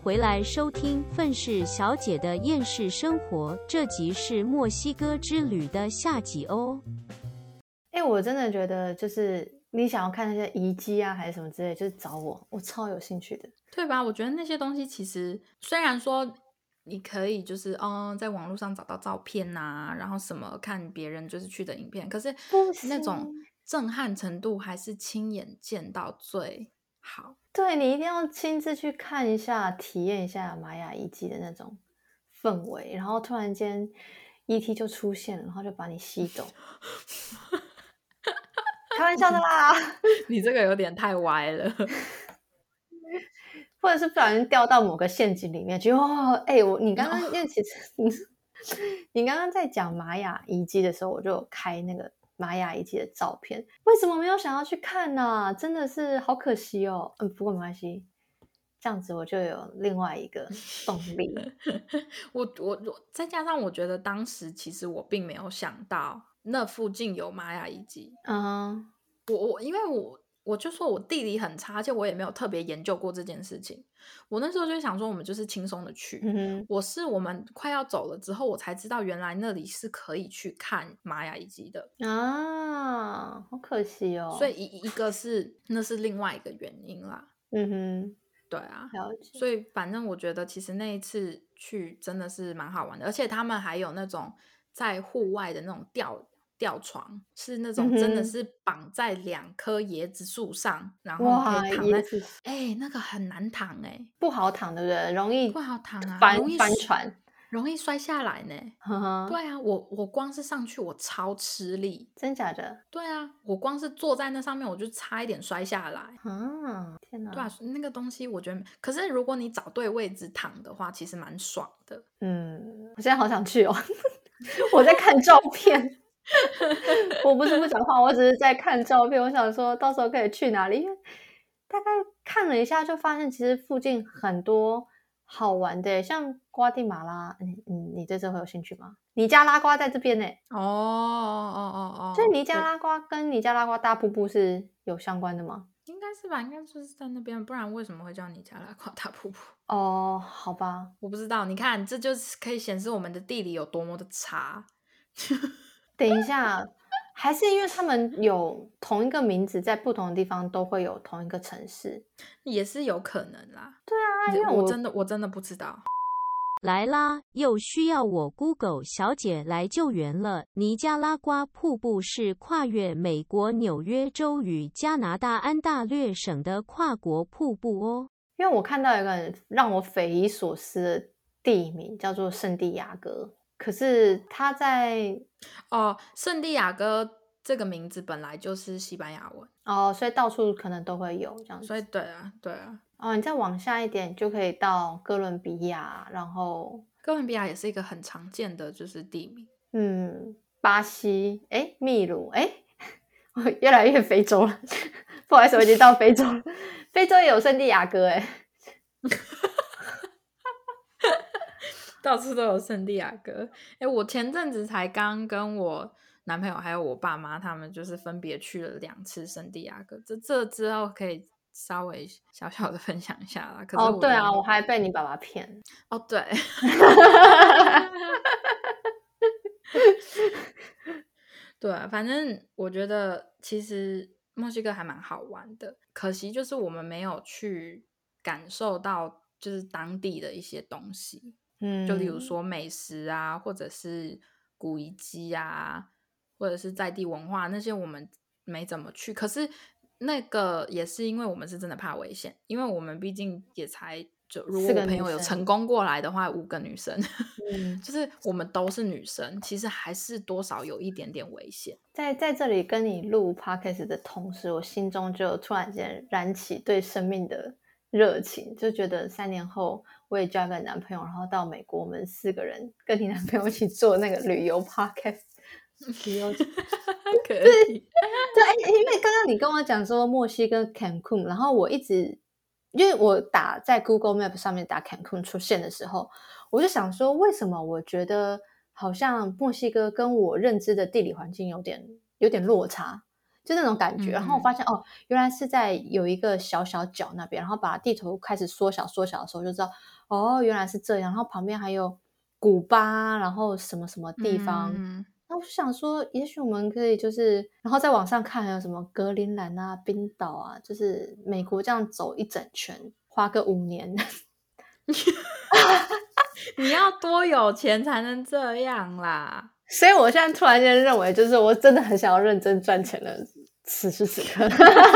回来收听愤世小姐的厌世生活，这集是墨西哥之旅的下集哦。 我真的觉得就是你想要看那些遗迹啊还是什么之类，就是找我超有兴趣的。 对吧？我觉得那些东西其实虽然说你可以就是在网络上找到照片啊，然后什么看别人就是去的影片，可是那种震撼程度还是亲眼见到最好。 对，你一定要亲自去看一下，体验一下玛雅遗迹的那种氛围，然后突然间 ET 就出现了，然后就把你吸走。开玩笑的啦。 你这个有点太歪了。 或者是不小心掉到某个陷阱里面去。你刚刚因为其实你刚刚在讲玛雅遗迹的时候，我就有开那个玛雅遗迹的照片。为什么没有想要去看呢？真的是好可惜哦。不过没关系，这样子我就有另外一个动力。 我再加上我觉得当时其实我并没有想到那附近有玛雅遗迹。因为我就说我地理很差，而且我也没有特别研究过这件事情。我那时候就想说我们就是轻松的去。我们快要走了之后，我才知道原来那里是可以去看玛雅遗迹的啊，好可惜哦。 所以那是另外一个原因啦。对啊，所以反正我觉得其实那一次去真的是蛮好玩的，而且他们还有那种在户外的那种吊床，是那种真的是绑在2棵椰子树上，然后可以躺在那个很难躺不好躺对不对？容易不好躺啊， 翻船， 容易摔下来呢。对啊，我光是上去我超吃力。 真假的？ 对啊，我光是坐在那上面我就差一点摔下来。 天哪。 对啊，那个东西我觉得，可是如果你找对位置躺的话，其实蛮爽的。 我现在好想去哦。我在看照片。我不是不讲话，我只是在看照片。我想说到时候可以去哪里，因为大概看了一下就发现其实附近很多好玩的，像瓜地马拉。你对这会有兴趣吗？尼加拉瓜在这边呢。所以尼加拉瓜跟尼加拉瓜大瀑布是有相关的吗？ 应该是吧，应该就是在那边，不然为什么会叫尼加拉瓜大瀑布？ 好吧， 我不知道。你看，这就是可以显示我们的地理有多么的差。 等一下，还是因为他们有同一个名字，在不同的地方都会有同一个城市， 也是有可能啦。 对啊，因为我真的不知道。 来啦，又需要我 Google 小姐来救援了。尼加拉瓜瀑布是跨越美国纽约州与加拿大安大略省的跨国瀑布哦。 因为我看到一个让我匪夷所思的地名，叫做圣地亚哥。可是它在圣地亚哥这个名字本来就是西班牙文所以到处可能都会有这样子。 所以对啊。 你再往下一点就可以到哥伦比亚，然后哥伦比亚也是一个很常见的就是地名。巴西，秘鲁，我越来越非洲了。不好意思，我已经到非洲了。非洲也有圣地亚哥到处都有圣地亚哥。我前阵子才刚跟我男朋友还有我爸妈他们就是分别去了2次圣地亚哥，这之后可以稍微小小的分享一下啦。可是对啊，我还被你爸爸骗。 对。对啊，反正我觉得其实墨西哥还蛮好玩的，可惜就是我们没有去感受到就是当地的一些东西。就例如说美食啊，或者是古遗迹啊，或者是在地文化那些我们没怎么去。可是那个也是因为我们是真的怕危险，因为我们毕竟也才如果我朋友有成功过来的话，5个女生。就是我们都是女生，其实还是多少有一点点危险。 在这里跟你录 podcast 的同时，我心中就突然间燃起对生命的热情，就觉得3年后我也交个男朋友，然后到美国，我们4个人跟你男朋友一起做那个旅游 podcast。旅游可以。对，因为刚刚你跟我讲说墨西哥 Cancun， 然后我一直因为我在 Google Map 上面打 Cancun 出现的时候，我就想说为什么我觉得好像墨西哥跟我认知的地理环境有点落差。 就那种感觉。然后我发现哦，原来是在有一个小小角那边，然后把地图开始缩小的时候就知道，哦，原来是这样。然后旁边还有古巴，然后什么什么地方。然后我就想说，也许我们可以就是，然后在网上看还有什么格陵兰啊、冰岛啊，就是美国这样走一整圈，花个5年。 你要多有钱才能这样啦？ 所以我现在突然间认为，就是我真的很想要认真赚钱了，此时此刻。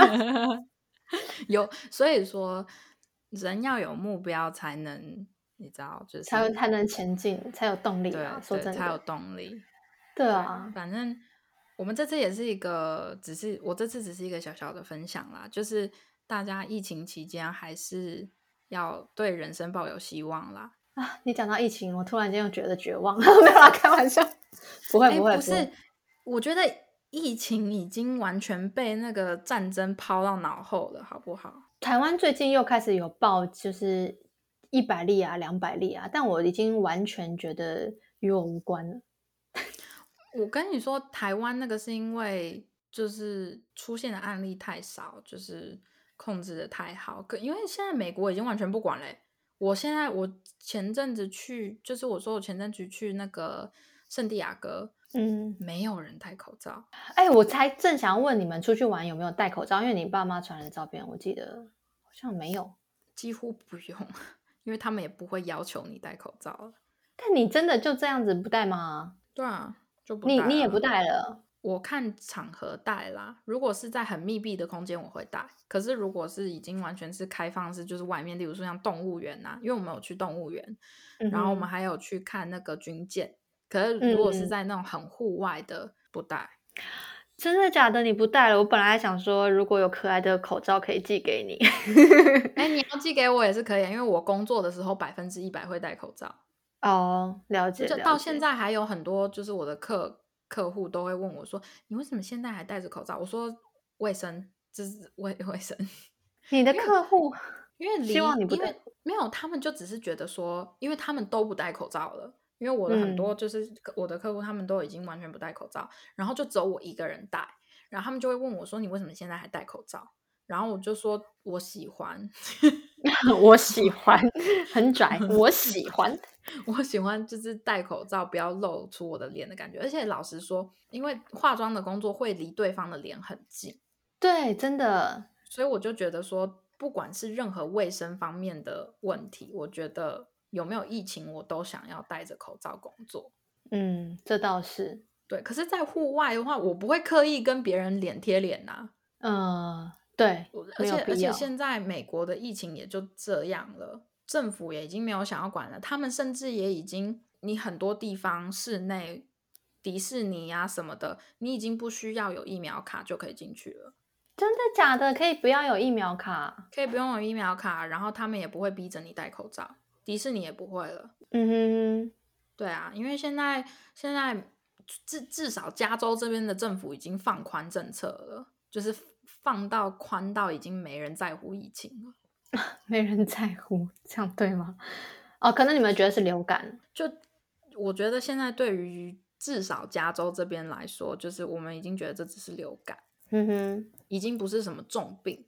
所以说人要有目标才能，你知道，就是才能前进，才有动力啊！说真的， 才有动力。 对啊， 反正我们这次也是我这次只是一个小小的分享啦，就是大家疫情期间还是要对人生抱有希望啦。 啊，你讲到疫情，我突然间又觉得绝望。没有啦，开玩笑，不会， 不是，我觉得疫情已经完全被那个战争抛到脑后了，好不好？ 台湾最近又开始有报，就是100例啊、200例啊，但我已经完全觉得与我无关了。 我跟你说，台湾那个是因为就是出现的案例太少，就是控制的太好。因为现在美国已经完全不管嘞。我前阵子去，就是我说我前阵子去那个圣地亚哥，没有人戴口罩。 我才正想要问你们出去玩有没有戴口罩，因为你爸妈传的照片，我记得好像没有， 几乎不用，因为他们也不会要求你戴口罩了。 但你真的就这样子不戴吗？ 对啊，就不戴了。 你也不戴了？ 我看场合戴啦，如果是在很密闭的空间我会戴，可是如果是已经完全是开放式，就是外面例如说像动物园啊，因为我们有去动物园，然后我们还有去看那个军舰，可是如果是在那种很户外的不戴。 真的假的？你不戴了？我本来想说如果有可爱的口罩可以寄给你。 你要寄给我也是可以，因为我工作的时候100%会戴口罩。 哦，了解。 就到现在还有很多就是我的客户都会问我说，你为什么现在还戴着口罩？我说卫生，就是卫生。 你的客户因为希望你不戴， 因为没有，他们就只是觉得说，因为他们都不戴口罩了，因为我的很多就是我的客户他们都已经完全不戴口罩，然后就只有我一个人戴，然后他们就会问我说，你为什么现在还戴口罩？然后我就说我喜欢。 我喜欢，很拽，我喜欢。 我喜欢就是戴口罩不要露出我的脸的感觉，而且老实说，因为化妆的工作会离对方的脸很近， 对，真的， 所以我就觉得说，不管是任何卫生方面的问题，我觉得有没有疫情，我都想要戴着口罩工作。 这倒是。 对，可是在户外的话，我不会刻意跟别人脸贴脸呐。 对， 而且没有必要。 现在美国的疫情也就这样了，政府也已经没有想要管了，他们甚至也已经，你很多地方室内迪士尼啊什么的，你已经不需要有疫苗卡就可以进去了。 真的假的？可以不要有疫苗卡？ 可以不用有疫苗卡，然后他们也不会逼着你戴口罩，迪士尼也不会了。对啊，因为现在至少加州这边的政府已经放宽政策了，就是放到宽到已经没人在乎疫情了。 没人在乎，这样对吗？可能你们觉得是流感。 就我觉得现在对于至少加州这边来说，就是我们已经觉得这只是流感，已经不是什么重病。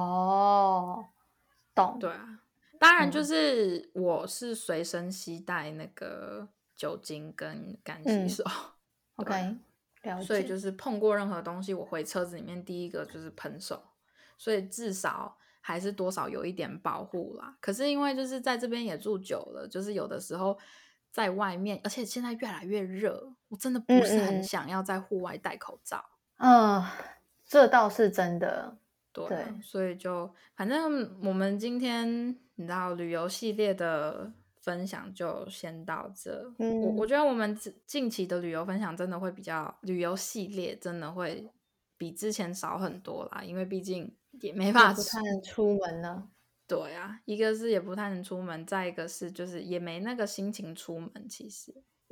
懂。 对啊，当然就是我是随身携带那个酒精跟干洗手。 OK，了解。 所以就是碰过任何东西，我回车子里面第一个就是喷手，所以至少还是多少有一点保护啦。可是因为就是在这边也住久了，就是有的时候在外面，而且现在越来越热，我真的不是很想要在户外戴口罩。 这倒是真的。 对，所以就反正我们今天你知道旅游系列的分享就先到这。我觉得我们近期的旅游分享真的会旅游系列真的会比之前少很多啦，因为毕竟也没法不太能出门了。 对啊，一个是也不太能出门，再一个是就是也没那个心情出门。其实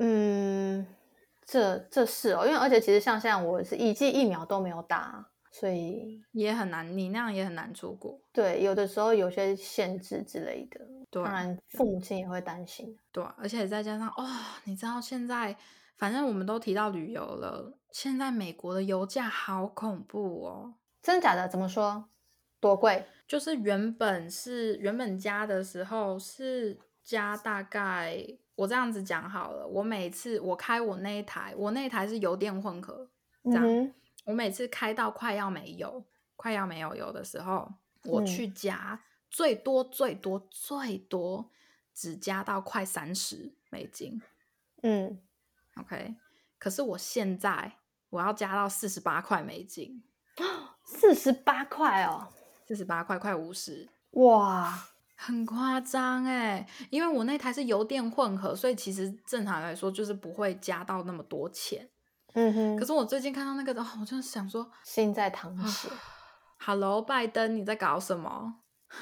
这是因为而且其实像现在我是一剂疫苗都没有打，所以也很难，你那样也很难出国。 对，有的时候有些限制之类的， 对， 当然父母亲也会担心。 对，而且再加上你知道现在反正我们都提到旅游了，现在美国的油价好恐怖哦。 真的假的？怎么说？多贵？ 就是原本加的时候是加大概，我这样子讲好了，我每次我开我那一台是油电混合，这样，我每次开到快要没油油的时候，我去加，最多只加到快$30。OK， 可是我现在我要加到$48。 48块哦 ，48块，快50。 哇， 很夸张欸，因为我那台是油电混合，所以其实正常来说就是不会加到那么多钱。可是我最近看到那个我就想说， 心在淌血。 Hello， 拜登，你在搞什么？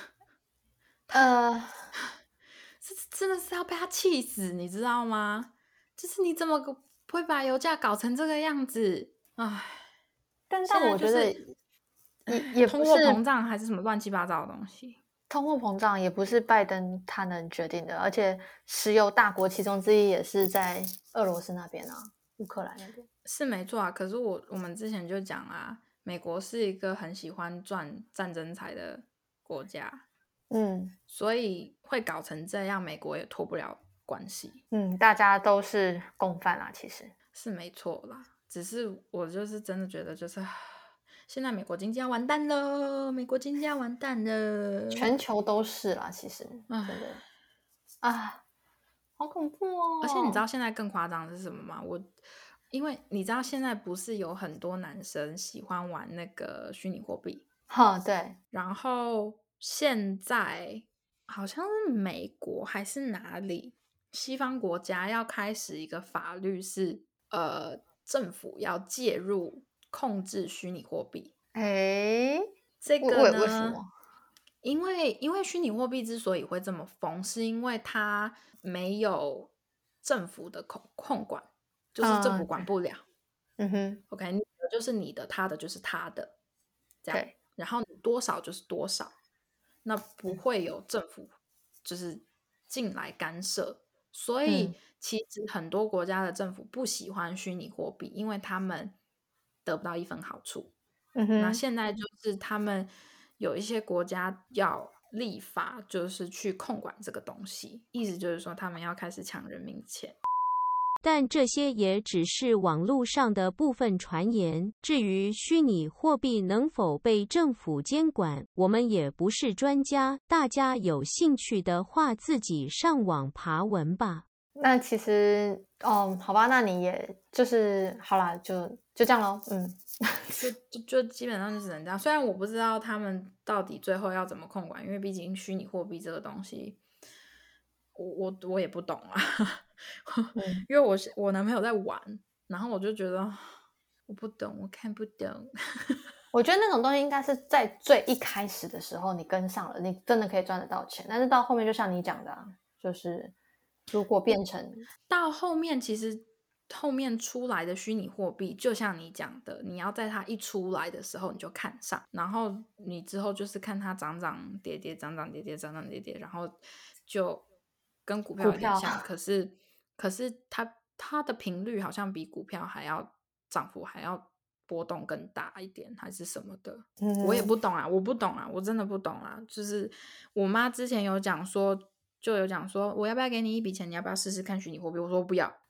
真的是要被他气死，你知道吗？就是你怎么会把油价搞成这个样子？唉， 但我觉得也不是通货膨胀还是什么乱七八糟的东西。 通货膨胀也不是拜登他能决定的，而且石油大国其中之一也是在俄罗斯那边啊，乌克兰那边是没错啊。可是我们之前就讲啦，美国是一个很喜欢赚战争财的国家，所以会搞成这样，美国也脱不了关系。 大家都是共犯啦，其实是没错啦。只是我就是真的觉得，就是现在美国经济要完蛋了，全球都是啦，其实真的好恐怖哦！ 而且你知道现在更夸张的是什么吗？因为你知道现在不是有很多男生喜欢玩那个虚拟货币， 对， 然后现在好像是美国还是哪里西方国家要开始一个法律是政府要介入控制虚拟货币。这个呢， 为什么？ 因为虚拟货币之所以会这么疯，是因为它没有政府的控管，就是政府管不了。OK， 你的就是你的，他的就是他的，这样。然后你多少就是多少，那不会有政府就是进来干涉。所以其实很多国家的政府不喜欢虚拟货币，因为他们得不到一分好处。那现在就是他们有一些国家要立法，就是去控管这个东西，意思就是说他们要开始抢人民钱。 但这些也只是网络上的部分传言。至于虚拟货币能否被政府监管，我们也不是专家，大家有兴趣的话自己上网爬文吧。 那其实好吧，那你也就是好啦，就这样咯。 就基本上就只能这样。虽然我不知道他们到底最后要怎么控管，因为毕竟虚拟货币这个东西我也不懂啊。因为我男朋友在玩，然后我就觉得我不懂，我看不懂。 我觉得那种东西应该是在最一开始的时候你跟上了，你真的可以赚得到钱。但是到后面就像你讲的就是如果变成到后面，其实后面出来的虚拟货币就像你讲的，你要在它一出来的时候你就看上，然后你之后就是看它涨涨跌跌，涨涨跌跌，涨涨跌跌，然后就跟股票有点像。可是它的频率好像比股票还要涨幅还要波动更大一点，还是什么的。我也不懂啊，我真的不懂啊。就是我妈之前有讲说我要不要给你一笔钱，你要不要试试看虚拟货币？我说不要。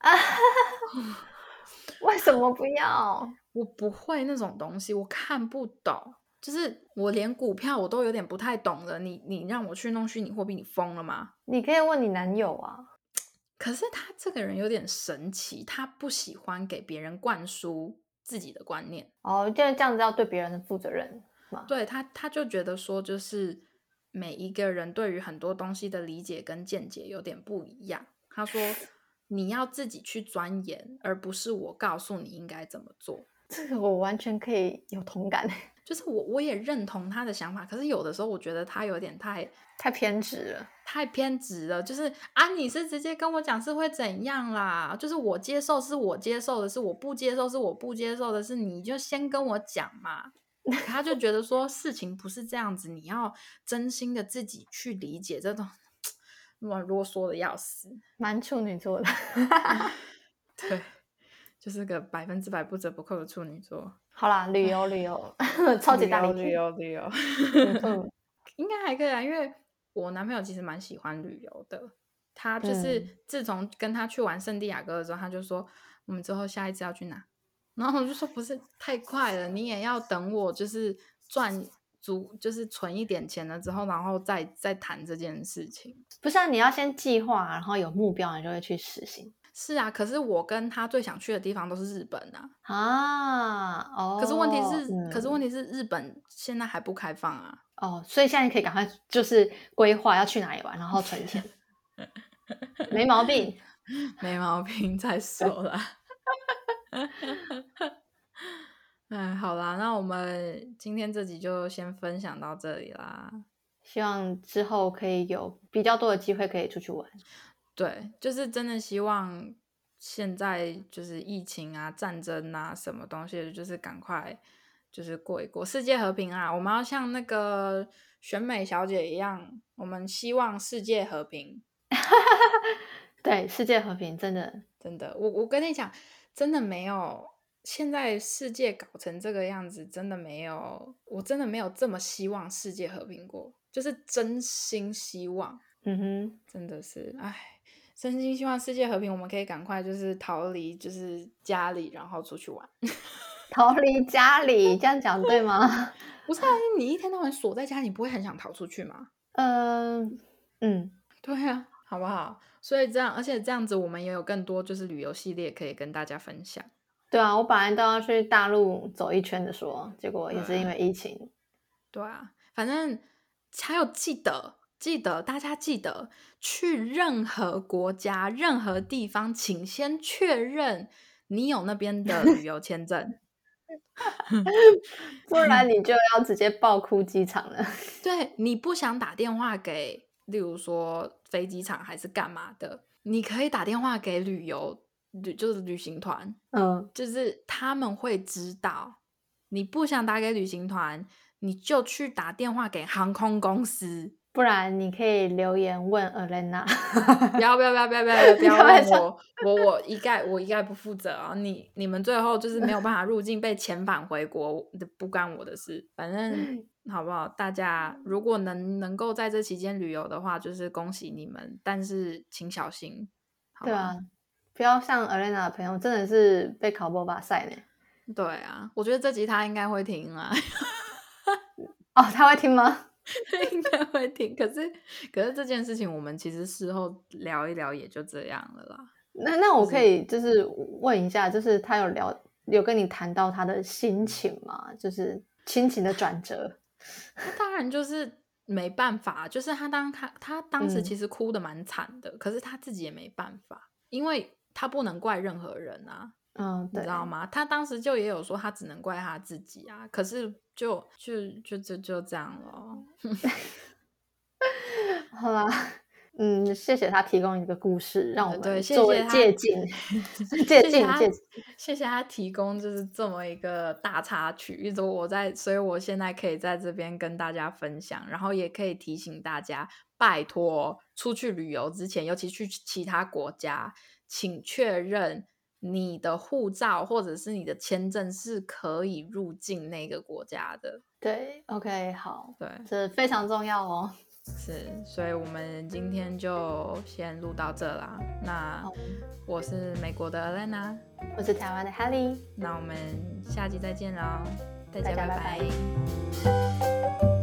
为什么不要？ 我不会那种东西，我看不懂。就是我连股票我都有点不太懂了，你让我去弄虚拟货币，你疯了吗？ 你可以问你男友啊。 可是他这个人有点神奇，他不喜欢给别人灌输自己的观念。 就这样子要对别人负责任嘛。 对，他就觉得说，就是每一个人对于很多东西的理解跟见解有点不一样。他说你要自己去钻研，而不是我告诉你应该怎么做。 这个我完全可以有同感。 就是我也认同他的想法，可是有的时候我觉得他有点太偏执了， 太偏执了。就是你是直接跟我讲是会怎样啦，就是我接受是我接受的，是我不接受是我不接受的，是你就先跟我讲嘛。他就觉得说事情不是这样子，你要真心的自己去理解。这种啰嗦的要死， 蛮处女座的。 对， 就是个100%不折不扣的处女座。 好啦，旅游超级大旅游应该还可以啊，因为我男朋友其实蛮喜欢旅游的。他就是自从跟他去完圣地亚哥的时候，他就说我们之后下一次要去哪，然后我就说不是太快了，你也要等我就是赚足就是存一点钱了之后，然后再谈这件事情。 不是啊，你要先计划，然后有目标，你就会去实行。 是啊，可是我跟他最想去的地方都是日本啊。 哦， 可是问题是日本现在还不开放啊。 哦，所以现在可以赶快就是规划要去哪里玩，然后存钱。没毛病， 没毛病，再说啦。好啦，那我们今天这集就先分享到这里啦。 希望之后可以有比较多的机会可以出去玩。 对，就是真的希望现在就是疫情啊、战争啊什么东西，就是赶快就是过一过，世界和平啊！我们要像那个选美小姐一样，我们希望世界和平。 对，世界和平真的， 我跟你讲，真的没有，现在世界搞成这个样子，真的没有，我真的没有这么希望世界和平过，就是真心希望。真的是，真心希望世界和平，我们可以赶快就是逃离就是家里，然后出去玩。 逃离家里，这样讲对吗？ 不是啊，你一天到晚锁在家，你不会很想逃出去吗？对啊，好不好？所以这样，而且这样子，我们也有更多就是旅游系列可以跟大家分享。 对啊，我本来都要去大陆走一圈的说，结果也是因为疫情。 对啊，反正还有记得大家记得去任何国家、任何地方，请先确认你有那边的旅游签证。 不然你就要直接爆哭机场了。 对，你不想打电话给例如说飞机场还是干嘛的，你可以打电话给就是旅行团，就是他们会知道。你不想打给旅行团，你就去打电话给航空公司。 不然你可以留言问 Elena。 不要问我一概不负责啊！你们最后就是没有办法入境，被遣返回国，不干我的事。反正好不好？大家如果能够在这期间旅游的话，就是恭喜你们，但是请小心。 对啊，不要像 Elena 的朋友，真的是被考波把赛呢。 对啊，我觉得这集他应该会听啊。 哦，他会听吗？ 应该会听，可是这件事情我们其实事后聊一聊也就这样了啦。 那我可以就是问一下，就是他有跟你谈到他的心情吗？就是亲情的转折。 当然就是没办法，就是他当时其实哭得蛮惨的，可是他自己也没办法，因为他不能怪任何人啊。你知道吗？他当时就也有说他只能怪他自己啊，可是就这样咯。 好啦，谢谢他提供一个故事，让我们作为借鉴。 谢谢他提供就是这么一个大插曲，所以我现在可以在这边跟大家分享，然后也可以提醒大家，拜托出去旅游之前，尤其去其他国家，请确认你的护照或者是你的签证是可以入境那个国家的。 对 ，OK， 好， 对， 这非常重要哦。 是，所以我们今天就先录到这啦。那我是美国的 Elena， 我是台湾的 Haley， 那我们下集再见喽，大家拜拜拜。